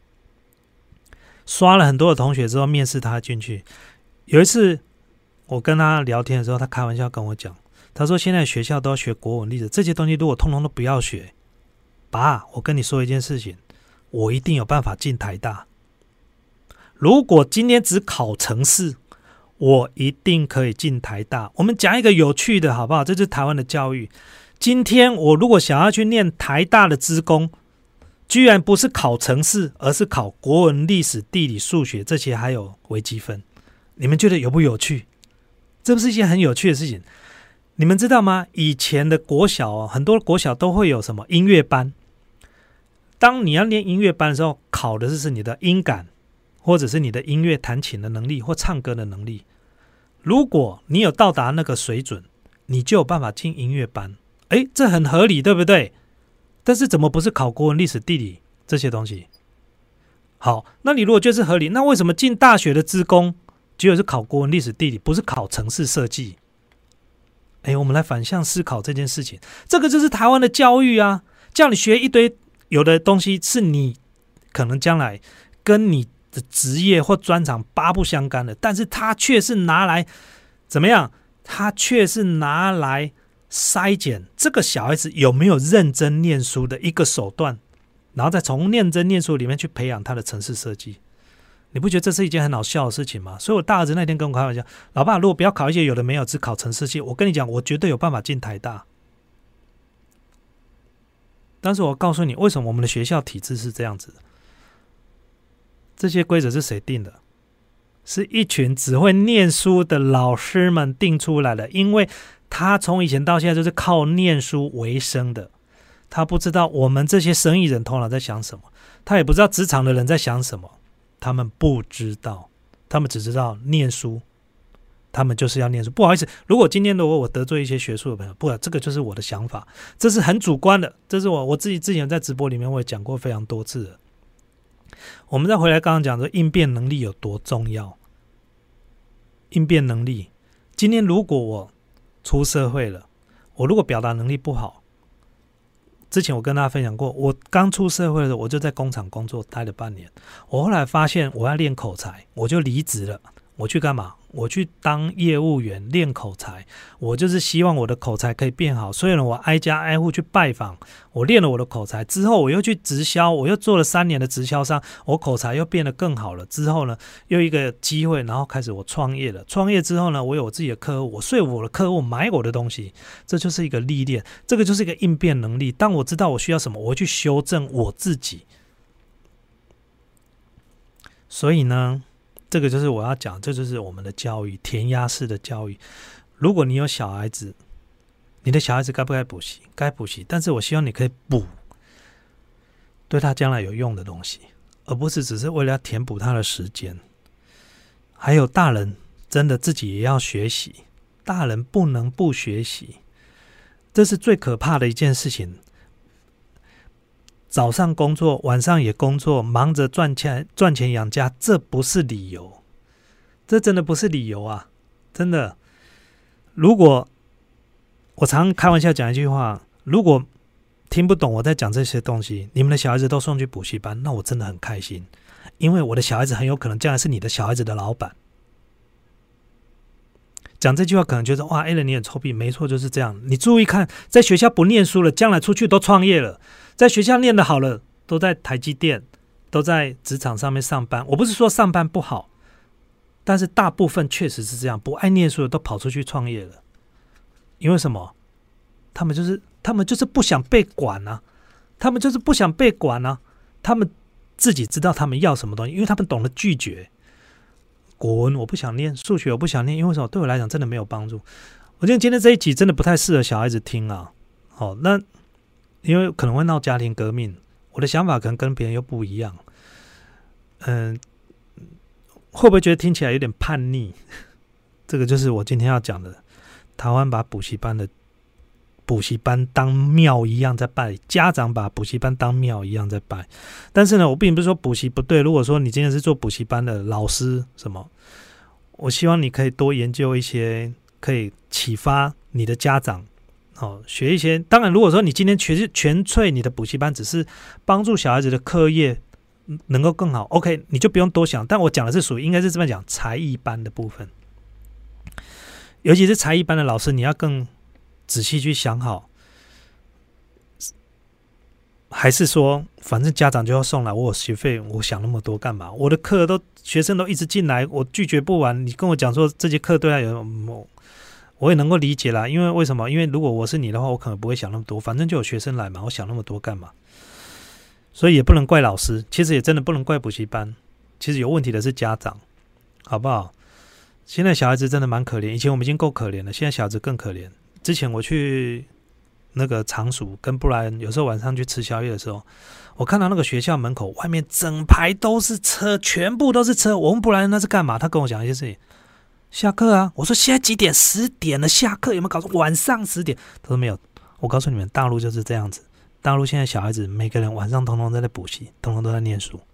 刷了很多的同学之后，面试他进去。有一次我跟他聊天的时候，他开玩笑跟我讲，他说现在学校都要学国文历史，这些东西如果通通都不要学，爸，我跟你说一件事情，我一定有办法进台大。如果今天只考程式，我一定可以进台大。我们讲一个有趣的好不好？这就是台湾的教育。今天我如果想要去念台大的资工，居然不是考程式，而是考国文、历史、地理、数学这些，还有微积分。你们觉得有不有趣？这不是一件很有趣的事情。你们知道吗？以前的国小很多国小都会有什么音乐班。当你要念音乐班的时候，考的是你的音感，或者是你的音乐弹琴的能力或唱歌的能力。如果你有到达那个水准，你就有办法进音乐班。这很合理，对不对？但是怎么不是考国文、历史、地理这些东西？好，那你如果觉得是合理，那为什么进大学的资工只有是考国文、历史、地理，不是考程式设计？我们来反向思考这件事情。这个就是台湾的教育啊，叫你学一堆有的东西是你可能将来跟你的职业或专长八不相干的，但是他却是拿来怎么样？他却是拿来筛检这个小孩子有没有认真念书的一个手段，然后再从认真念书里面去培养他的程式设计。你不觉得这是一件很好笑的事情吗？所以我大儿子那天跟我开玩笑，老爸，如果不要考一些有的没有，只考程式系，我跟你讲，我绝对有办法进台大。但是我告诉你，为什么我们的学校体制是这样子的？这些规则是谁定的？是一群只会念书的老师们定出来的，因为他从以前到现在就是靠念书为生的，他不知道我们这些生意人头脑在想什么，他也不知道职场的人在想什么，他们不知道，他们只知道念书，他们就是要念书。不好意思，如果今天如果我得罪一些学术的朋友，不，这个就是我的想法，这是很主观的，这是我自己之前在直播里面我也讲过非常多次的。我们再回来刚刚讲的应变能力有多重要。应变能力，今天如果我出社会了，我如果表达能力不好，之前我跟大家分享过，我刚出社会的时候，我就在工厂工作待了半年，我后来发现我要练口才，我就离职了。我去干嘛？我去当业务员练口才，我就是希望我的口才可以变好，所以呢，我挨家挨户去拜访，我练了我的口才之后，我又去直销，我又做了3年的直销商，我口才又变得更好了。之后呢，又一个机会，然后开始我创业了。创业之后呢，我有我自己的客户，我说服我的客户买我的东西，这就是一个历练，这个就是一个应变能力。当我知道我需要什么，我会去修正我自己。所以呢，这个就是我要讲，这就是我们的教育，填鸭式的教育。如果你有小孩子，你的小孩子该不该补习？该补习，但是我希望你可以补对他将来有用的东西，而不是只是为了要填补他的时间。还有大人真的自己也要学习，大人不能不学习，这是最可怕的一件事情。早上工作，晚上也工作，忙着赚钱养家，这不是理由，这真的不是理由啊！真的， 如果我常开玩笑讲一句话，如果听不懂我在讲这些东西，你们的小孩子都送去补习班，那我真的很开心，因为我的小孩子很有可能将来是你的小孩子的老板。讲这句话可能觉得哇 ，Alan 你很臭屁，没错，就是这样。你注意看，在学校不念书了，将来出去都创业了；在学校念得好了，都在台积电，都在职场上面上班。我不是说上班不好，但是大部分确实是这样，不爱念书的都跑出去创业了。因为什么？他们就是不想被管啊，他们就是不想被管啊，他们自己知道他们要什么东西，因为他们懂得拒绝。国文我不想念，数学我不想念，因为什么？对我来讲真的没有帮助。我觉得今天这一集真的不太适合小孩子听啊。好，那因为可能会闹家庭革命，我的想法可能跟别人又不一样。会不会觉得听起来有点叛逆？这个就是我今天要讲的。台湾把补习班当庙一样在拜，家长把补习班当庙一样在拜。但是呢，我并不是说补习不对。如果说你今天是做补习班的老师什么，我希望你可以多研究一些可以启发你的家长，学一些。当然，如果说你今天全粹你的补习班只是帮助小孩子的课业能够更好 ，OK， 你就不用多想。但我讲的是属于应该是这么讲才艺班的部分，尤其是才艺班的老师，你要更仔细去想好，还是说反正家长就要送来，我有学费，我想那么多干嘛？我的课学生都一直进来，我拒绝不完。你跟我讲说这节课对他有，我也能够理解啦。因为为什么？因为如果我是你的话，我可能不会想那么多，反正就有学生来嘛，我想那么多干嘛？所以也不能怪老师，其实也真的不能怪补习班，其实有问题的是家长，好不好？现在小孩子真的蛮可怜，以前我们已经够可怜了，现在小孩子更可怜。之前我去那个常熟跟布莱恩，有时候晚上去吃宵夜的时候，我看到那个学校门口外面整排都是车，全部都是车。我问布莱恩那是干嘛，他跟我讲一些事情。下课啊，我说现在几点？10点了，下课有没有搞错？晚上10点，他说没有。我告诉你们，大陆就是这样子。大陆现在小孩子每个人晚上通通都在补习，通通都在念书。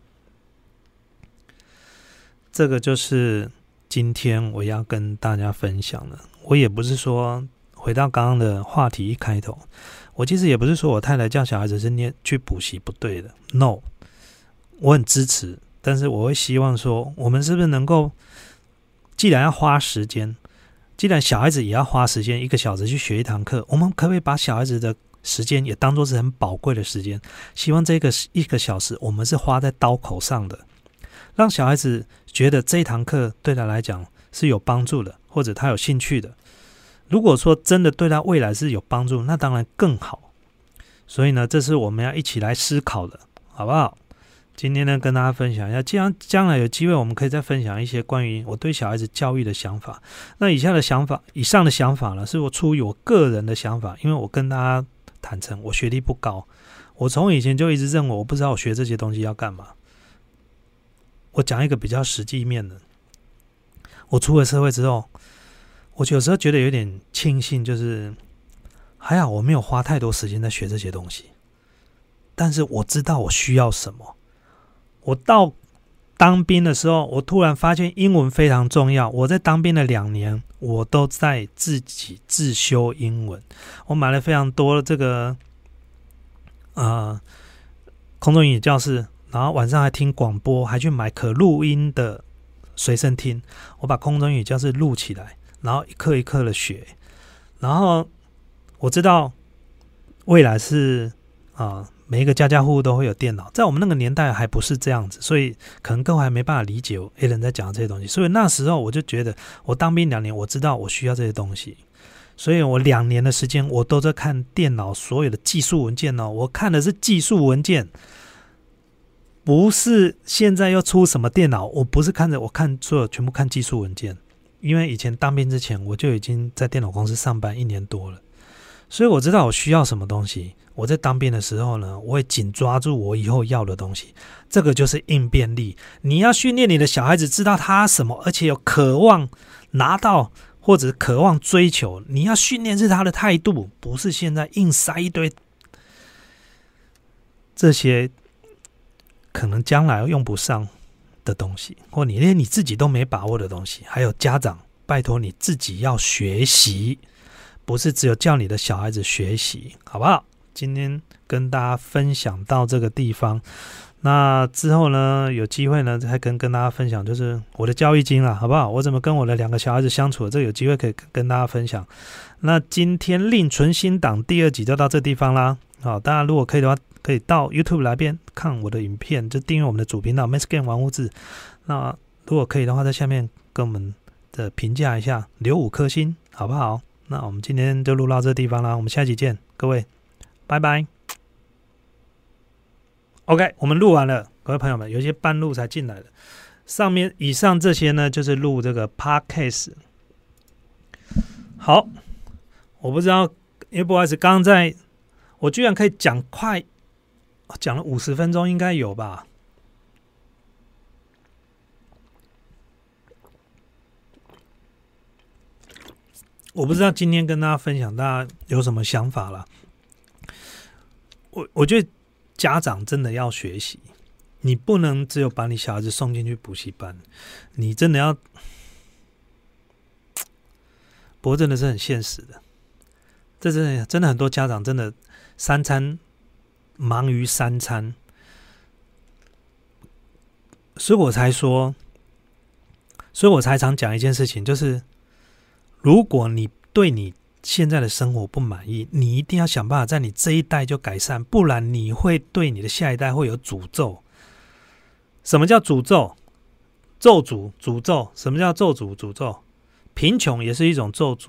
这个就是今天我要跟大家分享的。我也不是说回到刚刚的话题一开头，我其实也不是说我太太叫小孩子是去补习不对的 ，no， 我很支持，但是我会希望说，我们是不是能够，既然要花时间，既然小孩子也要花时间1个小时去学一堂课，我们可不可以把小孩子的时间也当作是很宝贵的时间？希望这个1个小时我们是花在刀口上的，让小孩子觉得这一堂课对他来讲是有帮助的，或者他有兴趣的。如果说真的对他未来是有帮助，那当然更好。所以呢，这是我们要一起来思考的，好不好？今天呢，跟大家分享一下，既然将来有机会，我们可以再分享一些关于我对小孩子教育的想法。那以上的想法呢，是我出于我个人的想法，因为我跟大家坦诚，我学历不高，我从以前就一直认为我不知道我学这些东西要干嘛。我讲一个比较实际面的，我出了社会之后，我有时候觉得有点庆幸，就是还好我没有花太多时间在学这些东西，但是我知道我需要什么。我到当兵的时候，我突然发现英文非常重要。我在当兵的2年，我都在自己自修英文。我买了非常多这个空中英语教室，然后晚上还听广播，还去买可录音的随身听。我把空中英语教室录起来，然后一课一课的学。然后我知道未来是每一个家家户户都会有电脑，在我们那个年代还不是这样子，所以可能各位还没办法理解Alan在讲的这些东西。所以那时候我就觉得，我当兵2年，我知道我需要这些东西，所以我2年的时间我都在看电脑所有的技术文件哦。我看的是技术文件，不是现在又出什么电脑，我不是我看所有全部看技术文件，因为以前当兵之前我就已经在电脑公司上班1年多了，所以我知道我需要什么东西。我在当兵的时候呢，我会紧抓住我以后要的东西，这个就是应变力。你要训练你的小孩子知道他什么，而且有渴望拿到或者渴望追求，你要训练是他的态度，不是现在硬塞一堆这些可能将来用不上的东西，或你连你自己都没把握的东西。还有家长， 拜托你自己要学习，不是只有叫你的小孩子学习，好不好？今天跟大家分享到这个地方，那之后呢，有机会呢再跟大家分享，就是我的教育经啦，好不好？我怎么跟我的2个小孩子相处的，这个有机会可以跟大家分享。那今天另存新档第2集就到这地方啦。好，大家如果可以的话，可以到 YouTube 来边看我的影片，就订阅我们的主频道 Max Game 玩物志。那如果可以的话，在下面跟我们的评价一下，留5颗星，好不好？那我们今天就录到这地方啦，我们下期见，各位，拜拜。OK， 我们录完了，各位朋友们，有些半路才进来的。以上这些呢，就是录这个 Podcast。好，我不知道，因为不好意思，刚刚我居然可以讲了50分钟，应该有吧？我不知道今天跟大家分享，大家有什么想法啦？我觉得家长真的要学习，你不能只有把你小孩子送进去补习班，你真的要，不过真的是很现实的，这真的很多家长真的3餐忙于3餐，所以我才常讲一件事情，就是如果你对你现在的生活不满意，你一定要想办法在你这一代就改善，不然你会对你的下一代会有诅咒。什么叫诅咒？咒诅、诅咒。什么叫咒诅、诅咒？贫穷也是一种咒诅。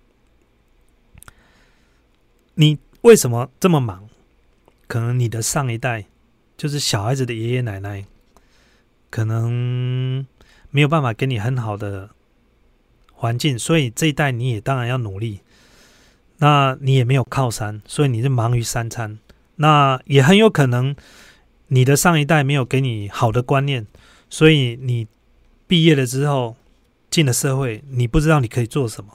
你为什么这么忙？可能你的上一代，就是小孩子的爷爷奶奶，可能没有办法给你很好的环境，所以这一代你也当然要努力。那你也没有靠山，所以你是忙于3餐。那也很有可能你的上一代没有给你好的观念，所以你毕业了之后进了社会，你不知道你可以做什么。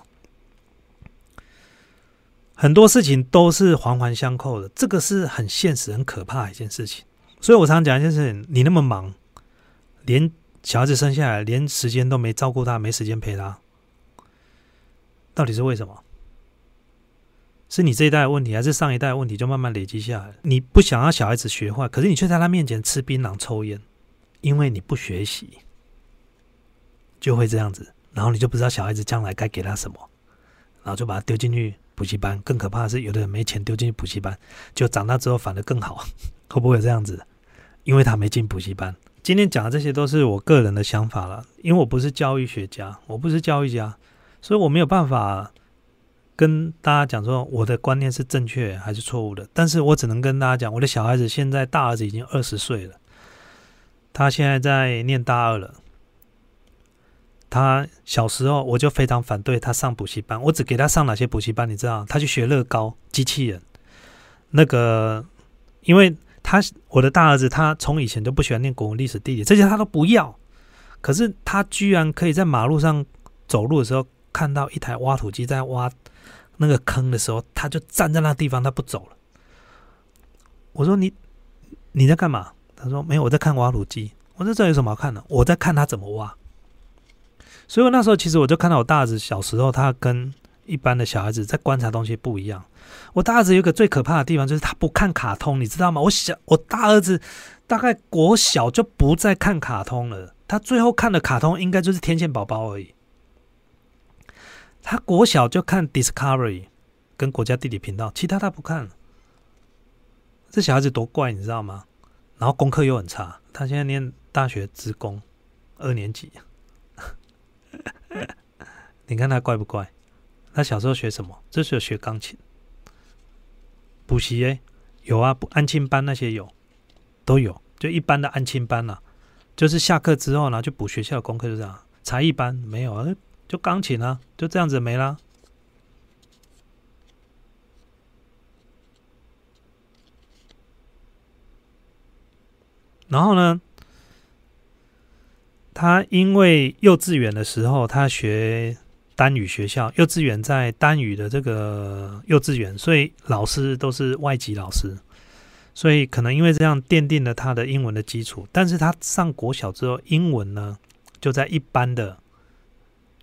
很多事情都是环环相扣的，这个是很现实、很可怕的一件事情。所以我常讲一件事情，你那么忙，连小孩子生下来，连时间都没照顾他，没时间陪他，到底是为什么？是你这一代的问题，还是上一代的问题就慢慢累积下来？你不想让小孩子学坏，可是你却在他面前吃槟榔抽烟，因为你不学习，就会这样子，然后你就不知道小孩子将来该给他什么，然后就把他丢进去补习班。更可怕的是，有的人没钱丢进去补习班，就长大之后反而更好，会不会有这样子？因为他没进补习班。今天讲的这些都是我个人的想法了，因为我不是教育学家，我不是教育家，所以我没有办法跟大家讲说我的观念是正确还是错误的。但是我只能跟大家讲，我的小孩子现在大儿子已经20岁了，他现在在念大2了。他小时候我就非常反对他上补习班，我只给他上哪些补习班你知道？他去学乐高机器人，因为我的大儿子他从以前就不喜欢念国文、历史、地理，这些他都不要。可是他居然可以在马路上走路的时候看到一台挖土机在挖那个坑的时候，他就站在那地方，他不走了。我说你在干嘛？他说没有，我在看挖土机。我说这有什么好看的？我在看他怎么挖。所以我那时候其实我就看到我大儿子小时候，他跟一般的小孩子在观察东西不一样。我大儿子有一个最可怕的地方，就是他不看卡通，你知道吗？我大儿子大概国小就不再看卡通了，他最后看的卡通应该就是天线宝宝而已。他国小就看 Discovery 跟国家地理频道，其他他不看。这小孩子多怪，你知道吗？然后功课又很差，他现在念大学职工2年级。你看他怪不怪？他小时候学什么？就是有学钢琴，补习有啊，安亲班那些都有，就一般的安亲班啦，就是下课之后呢，就补学校的功课，就这样。才艺班没有啊，就钢琴啊，就这样子没啦。然后呢，他因为幼稚园的时候他学单语学校，幼稚园在单语的这个幼稚园，所以老师都是外籍老师，所以可能因为这样奠定了他的英文的基础。但是他上国小之后，英文呢就在一般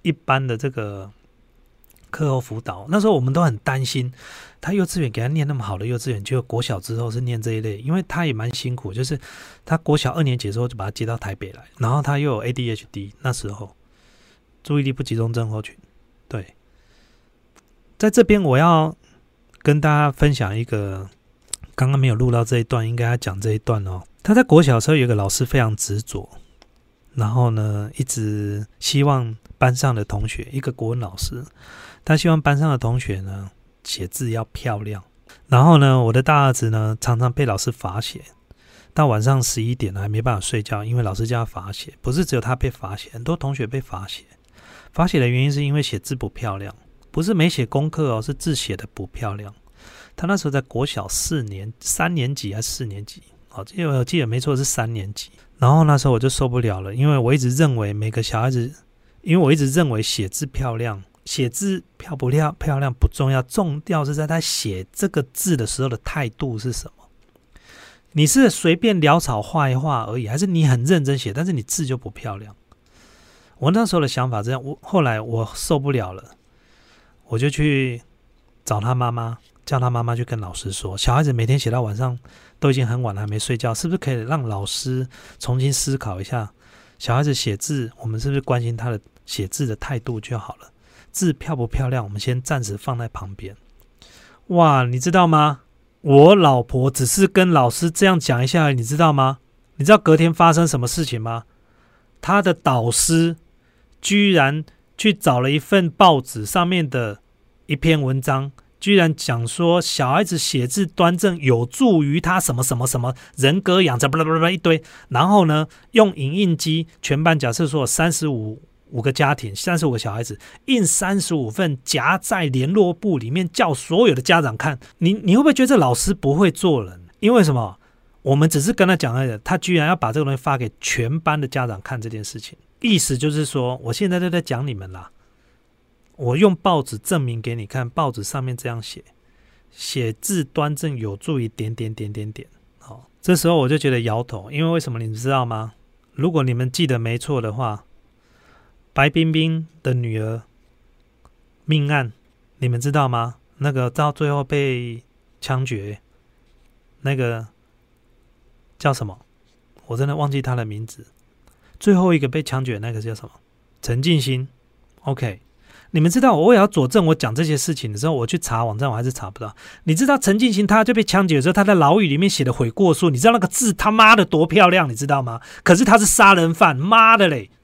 一般的这个课后辅导，那时候我们都很担心，他幼稚园给他念那么好的幼稚园，结果国小之后是念这一类，因为他也蛮辛苦，就是他国小2年级的时候就把他接到台北来，然后他又有 ADHD， 那时候注意力不集中症候群。对，在这边我要跟大家分享一个，刚刚没有录到这一段，应该要讲这一段哦。他在国小的时候有一个老师非常执着，然后呢一直希望班上的同学，一个国文老师，他希望班上的同学呢写字要漂亮。然后呢我的大儿子呢常常被老师罚写，到晚上11点还没办法睡觉，因为老师叫他罚写。不是只有他被罚写，很多同学被罚写。罚写的原因是因为写字不漂亮，不是没写功课哦，是字写的不漂亮。他那时候在国小3年级还是4年级，我记得没错是3年级。然后那时候我就受不了了，因为我一直认为每个小孩子，因为我一直认为写字漂亮，写字漂不漂亮不重要，重要是在他写这个字的时候的态度是什么。你是随便潦草画一画而已，还是你很认真写，但是你字就不漂亮？我那时候的想法这样，后来我受不了了，我就去找他妈妈，叫他妈妈去跟老师说，小孩子每天写到晚上都已经很晚了还没睡觉，是不是可以让老师重新思考一下，小孩子写字我们是不是关心他的写字的态度就好了，字漂不漂亮我们先暂时放在旁边。哇，你知道吗？我老婆只是跟老师这样讲一下，你知道吗？你知道隔天发生什么事情吗？他的导师居然去找了一份报纸上面的一篇文章，居然讲说小孩子写字端正有助于他什么什么什么人格养成，一堆。然后呢，用影印机，全班假设说有35个家庭，35个小孩子，印35份夹在联络簿里面，叫所有的家长看。你会不会觉得这老师不会做人？因为什么？我们只是跟他讲而已，他居然要把这个东西发给全班的家长看这件事情，意思就是说，我现在都在讲你们啦，我用报纸证明给你看，报纸上面这样写，写字端正有助于点点点点点。好，这时候我就觉得摇头，因为为什么你们知道吗？如果你们记得没错的话，白冰冰的女儿命案，你们知道吗？那个到最后被枪决，那个叫什么？我真的忘记他的名字。最后一个被枪决那个叫什么？陈进兴。OK， 你们知道我也要佐证我讲这些事情的时候，我去查网站我还是查不到。你知道陈进兴他就被枪决的时候，他在牢狱里面写的悔过书，你知道那个字他妈的多漂亮，你知道吗？可是他是杀人犯，妈的嘞！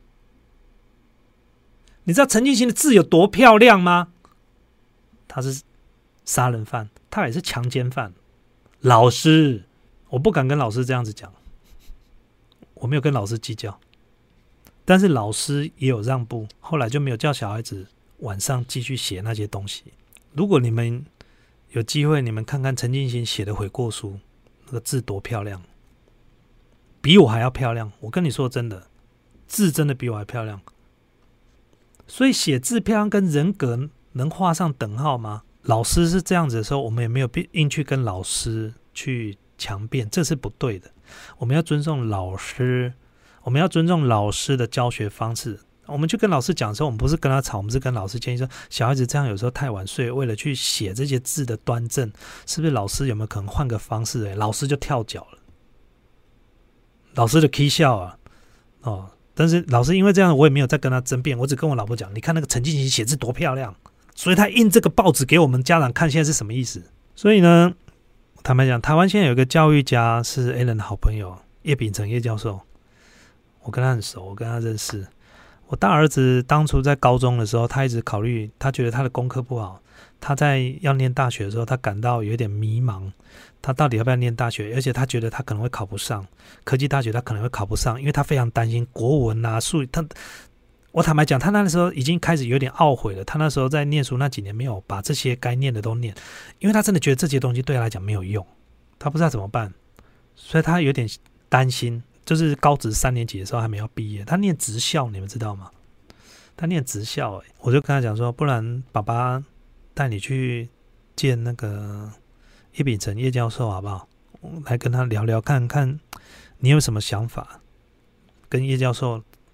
你知道陈进兴的字有多漂亮吗？他是杀人犯，他也是强奸犯。老师，我不敢跟老师这样子讲，我没有跟老师计较，但是老师也有让步，后来就没有叫小孩子晚上继续写那些东西。如果你们有机会，你们看看陈进兴写的悔过书，那个字多漂亮，比我还要漂亮。我跟你说真的，字真的比我还漂亮。所以写字漂亮跟人格能画上等号吗？老师是这样子的时候，我们也没有硬去跟老师去强辩，这是不对的。我们要尊重老师，我们要尊重老师的教学方式。我们去跟老师讲的时候，我们不是跟他吵，我们是跟老师建议说，小孩子这样有时候太晚睡，为了去写这些字的端正，是不是老师有没有可能换个方式？老师就跳脚了，老师的 k 笑啊，哦。但是老师因为这样，我也没有再跟他争辩，我只跟我老婆讲，你看那个陈进兴写字多漂亮，所以他印这个报纸给我们家长看，现在是什么意思？所以呢，坦白讲，台湾现在有一个教育家是 Alan 的好朋友叶秉成叶教授，我跟他很熟，我跟他认识。我大儿子当初在高中的时候，他一直考虑，他觉得他的功课不好，他在要念大学的时候，他感到有点迷茫，他到底要不要念大学？而且他觉得他可能会考不上科技大学，他可能会考不上，因为他非常担心国文啊、数语。我坦白讲，他那时候已经开始有点懊悔了。他那时候在念书那几年没有把这些该念的都念，因为他真的觉得这些东西对他来讲没有用，他不知道怎么办，所以他有点担心。就是高职3年级的时候还没有毕业，他念职校，你们知道吗？他念职校，我就跟他讲说，不然爸爸带你去见那个叶秉成叶教授好不好？来跟他聊聊看看，你有什么想法？跟叶教授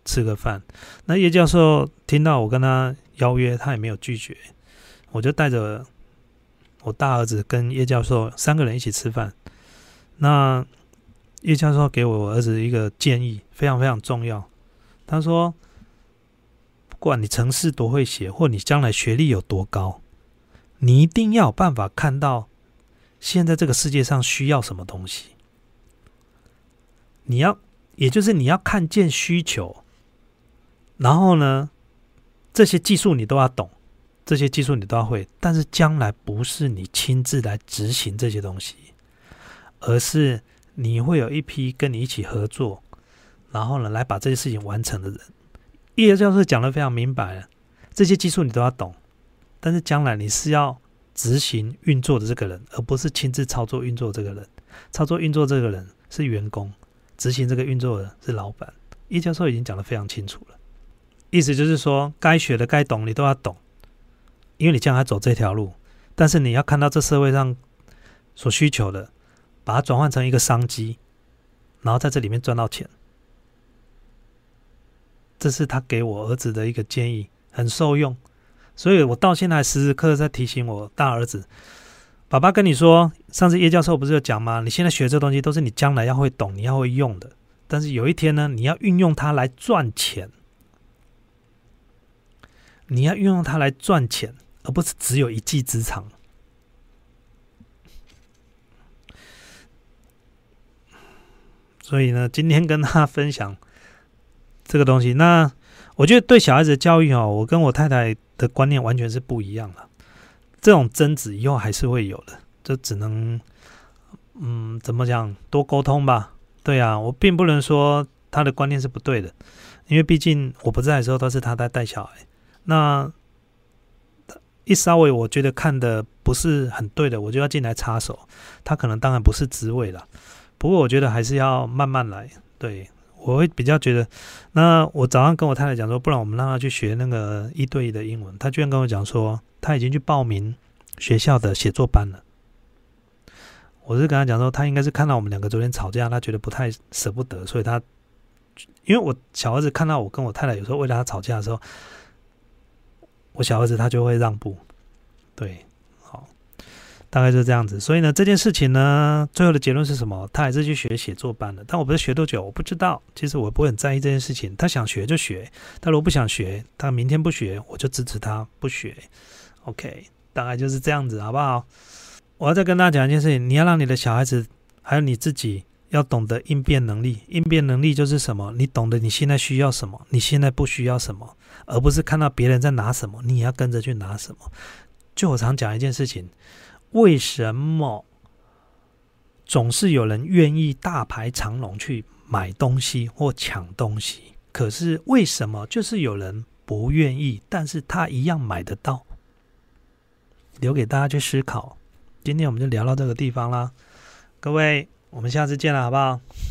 吃个饭。那叶教授听到我跟他邀约，他也没有拒绝，我就带着我大儿子跟叶教授3个人一起吃饭。那叶教授给我儿子一个建议，非常非常重要。他说，不管你程式多会写，或你将来学历有多高，你一定要有办法看到现在这个世界上需要什么东西。也就是你要看见需求，然后呢，这些技术你都要懂，这些技术你都要会，但是将来不是你亲自来执行这些东西，而是你会有一批跟你一起合作，然后呢来把这些事情完成的人。叶教授讲得非常明白了，这些技术你都要懂，但是将来你是要执行运作的这个人，而不是亲自操作运作这个人。操作运作这个人是员工，执行这个运作的是老板。叶教授已经讲得非常清楚了，意思就是说，该学的该懂你都要懂，因为你将来走这条路，但是你要看到这社会上所需求的，把它转换成一个商机，然后在这里面赚到钱。这是他给我儿子的一个建议，很受用。所以我到现在还时时刻刻在提醒我大儿子，爸爸跟你说，上次叶教授不是有讲吗？你现在学这东西都是你将来要会懂，你要会用的。但是有一天呢，你要运用它来赚钱，你要运用它来赚钱，而不是只有一技之长。所以呢，今天跟他分享这个东西。那我觉得对小孩子的教育我跟我太太的观念完全是不一样的。这种争执以后还是会有的，就只能怎么讲，多沟通吧。对啊，我并不能说他的观念是不对的，因为毕竟我不在的时候都是他在带小孩。那一稍微我觉得看的不是很对的，我就要进来插手。他可能当然不是职位啦，不过我觉得还是要慢慢来。对，我会比较觉得，那我早上跟我太太讲说，不然我们让他去学那个1对1的英文。他居然跟我讲说，他已经去报名学校的写作班了。我是跟他讲说，他应该是看到我们2个昨天吵架，他觉得不太舍不得，所以他，因为我小儿子看到我跟我太太有时候为了他吵架的时候，我小儿子他就会让步。对，好，大概就是这样子。所以呢，这件事情呢，最后的结论是什么？他还是去学写作班了，但我不是学多久，我不知道。其实我不会很在意这件事情，他想学就学，他如果不想学，他明天不学，我就支持他不学。OK， 大概就是这样子，好不好？我要再跟大家讲一件事情，你要让你的小孩子还有你自己要懂得应变能力。应变能力就是什么？你懂得你现在需要什么，你现在不需要什么，而不是看到别人在拿什么，你也要跟着去拿什么。就我常讲一件事情，为什么总是有人愿意大排长龙去买东西或抢东西，可是为什么就是有人不愿意，但是他一样买得到？留给大家去思考。今天我们就聊到这个地方啦，各位，我们下次见了，好不好？